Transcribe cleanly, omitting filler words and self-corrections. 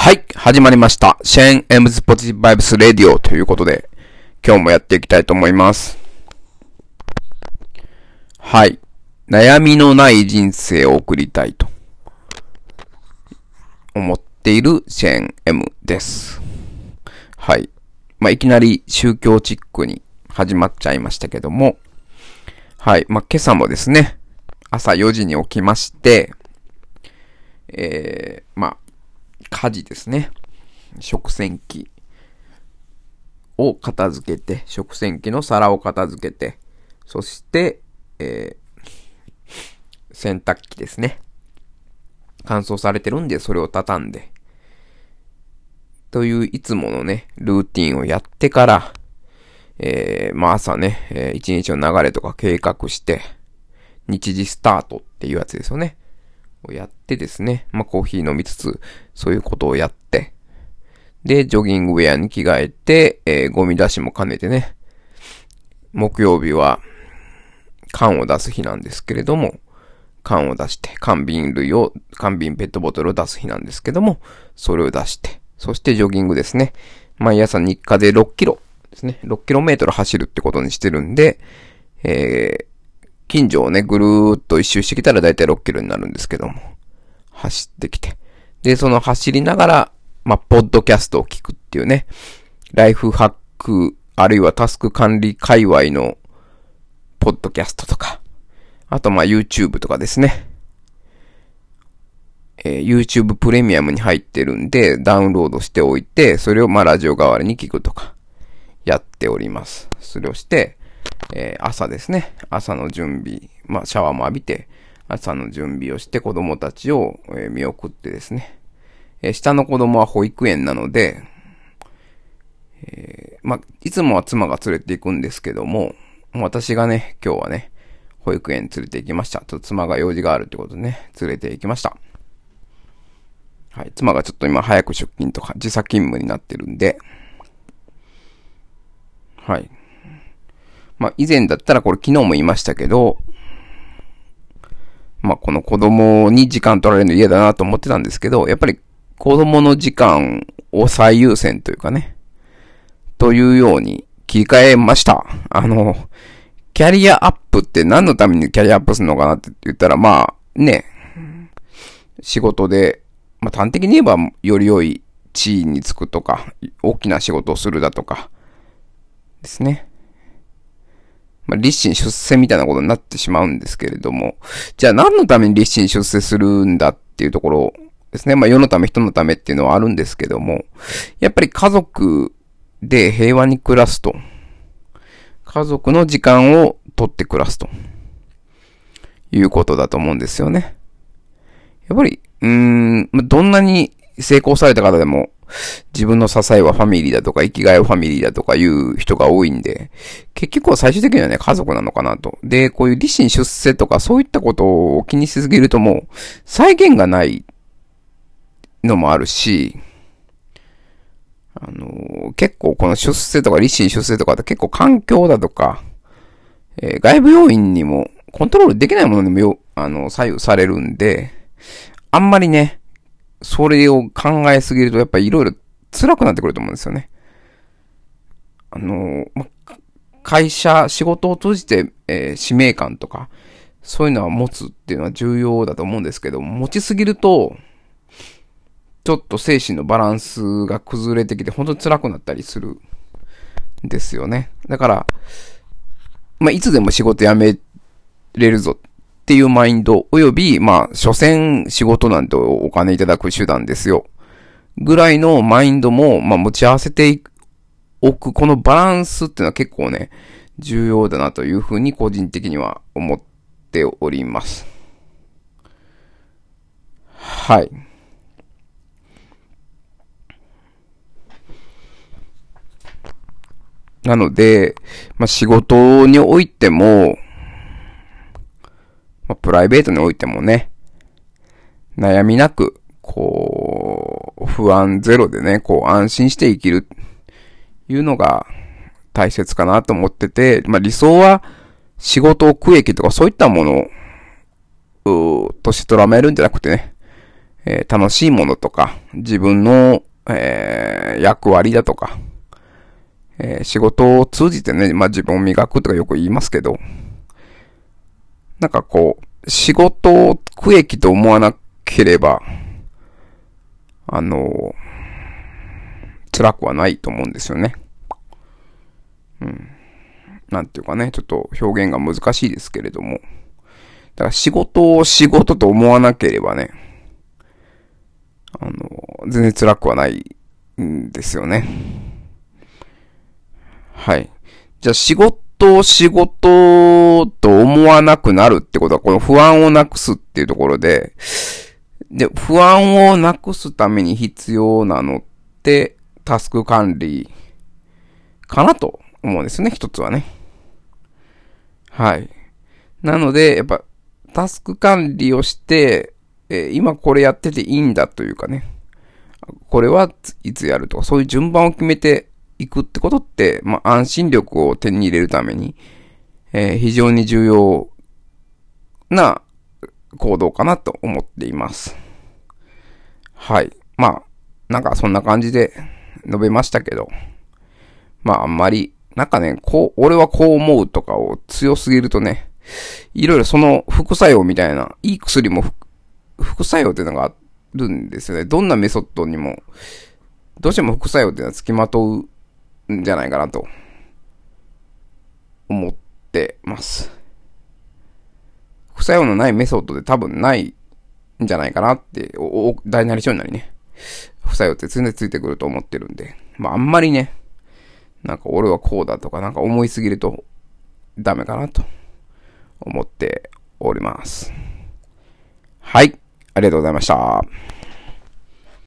はい、始まりました。シェーン・エムズ・ポジティブ・バイブス・レディオということで、今日もやっていきたいと思います。はい。悩みのない人生を送りたいと思っているシェーン・エムです。はい。いきなり宗教チックに始まっちゃいましたけども、はい。今朝もですね、朝4時に起きまして、家事ですね。食洗機を片付けて、食洗機の皿を片付けて、そして、洗濯機ですね。乾燥されてるんで、それを畳んで、といういつものね、ルーティンをやってから、朝ね、一日の流れとか計画して、日時スタートっていうやつですよね。をやってですね、コーヒー飲みつつ、そういうことをやって、で、ジョギングウェアに着替えて、ゴミ出しも兼ねてね、木曜日は、缶を出す日なんですけれども、缶を出して、缶瓶ペットボトルを出す日なんですけども、それを出して、そしてジョギングですね。毎朝日課で6キロですね。6キロメートル走るってことにしてるんで、近所をね、ぐるーっと一周してきたらだいたい6キロになるんですけども、走ってきて。で、その走りながら、ポッドキャストを聞くっていうね、ライフハック、あるいはタスク管理界隈の、ポッドキャストとか、あとYouTube とかですね。YouTube プレミアムに入ってるんで、ダウンロードしておいて、それをラジオ代わりに聞くとか、やっております。それをして、朝ですね。朝の準備。シャワーも浴びて、朝の準備をして子供たちを、見送ってですね。下の子供は保育園なので、いつもは妻が連れて行くんですけども、私がね、今日はね、保育園に連れて行きました。妻が用事があるってことでね、連れて行きました。はい。妻がちょっと今早く出勤とか時差勤務になってるんで、はい。以前だったらこれ昨日も言いましたけど、この子供に時間取られるの嫌だなと思ってたんですけど、やっぱり子供の時間を最優先というかね、というように切り替えました。キャリアアップって何のためにキャリアアップするのかなって言ったら、仕事で、端的に言えばより良い地位につくとか、大きな仕事をするだとか、ですね。立身出世みたいなことになってしまうんですけれども、じゃあ何のために立身出世するんだっていうところですね。世のため人のためっていうのはあるんですけども、やっぱり家族で平和に暮らすと。家族の時間を取って暮らすと。いうことだと思うんですよね。やっぱり、どんなに成功された方でも、自分の支えはファミリーだとか、生きがいはファミリーだとかいう人が多いんで、結局は最終的にはね、家族なのかなと。で、こういう立身出世とかそういったことを気にしすぎるともう、再現がないのもあるし、結構この出世とか立身出世とかって結構環境だとか、外部要因にも、コントロールできないものにも左右されるんで、あんまりね、それを考えすぎるとやっぱりいろいろ辛くなってくると思うんですよね。仕事を通じて、使命感とか、そういうのは持つっていうのは重要だと思うんですけど、持ちすぎると、ちょっと精神のバランスが崩れてきて、本当に辛くなったりするんですよね。だから、いつでも仕事辞めれるぞっていうマインド、および、所詮仕事なんてお金いただく手段ですよ。ぐらいのマインドも、持ち合わせておく、このバランスっていうのは結構ね、重要だなというふうに個人的には思っております。はい。なので、仕事においても、プライベートにおいてもね、悩みなく、不安ゼロでね、安心して生きる、いうのが大切かなと思ってて、理想は仕事を区益とかそういったものとして捉めるんじゃなくてね、 楽しいものとか、自分の、役割だとか、仕事を通じてね、まあ、自分を磨くとかよく言いますけど、なんかこう、仕事を苦役と思わなければ、辛くはないと思うんですよね。なんていうかね、ちょっと表現が難しいですけれども。だから仕事を仕事と思わなければね、全然辛くはないんですよね。はい。じゃあ仕事を仕事と思わなくなるってことは、この不安をなくすっていうところで、不安をなくすために必要なのって、タスク管理かなと思うんですね、一つはね。はい。なので、やっぱ、タスク管理をして、今これやってていいんだというかね。これはいつやるとか、そういう順番を決めていくってことって、まあ、安心力を手に入れるために、非常に重要な行動かなと思っています。はい。まあ、なんかそんな感じで述べましたけど、まああんまり、なんかね、俺はこう思うとかを強すぎるとね、いろいろその副作用みたいな、いい薬も副作用っていうのがあるんですよね。どんなメソッドにも、どうしても副作用っていうのは付きまとうんじゃないかなと、思ってます。副作用のないメソッドで多分ないんじゃないかなって、大なり小なりね、副作用って全然ついてくると思ってるんで、まああんまりね、なんか俺はこうだとかなんか思いすぎるとダメかなと思っております。はい。ありがとうございました。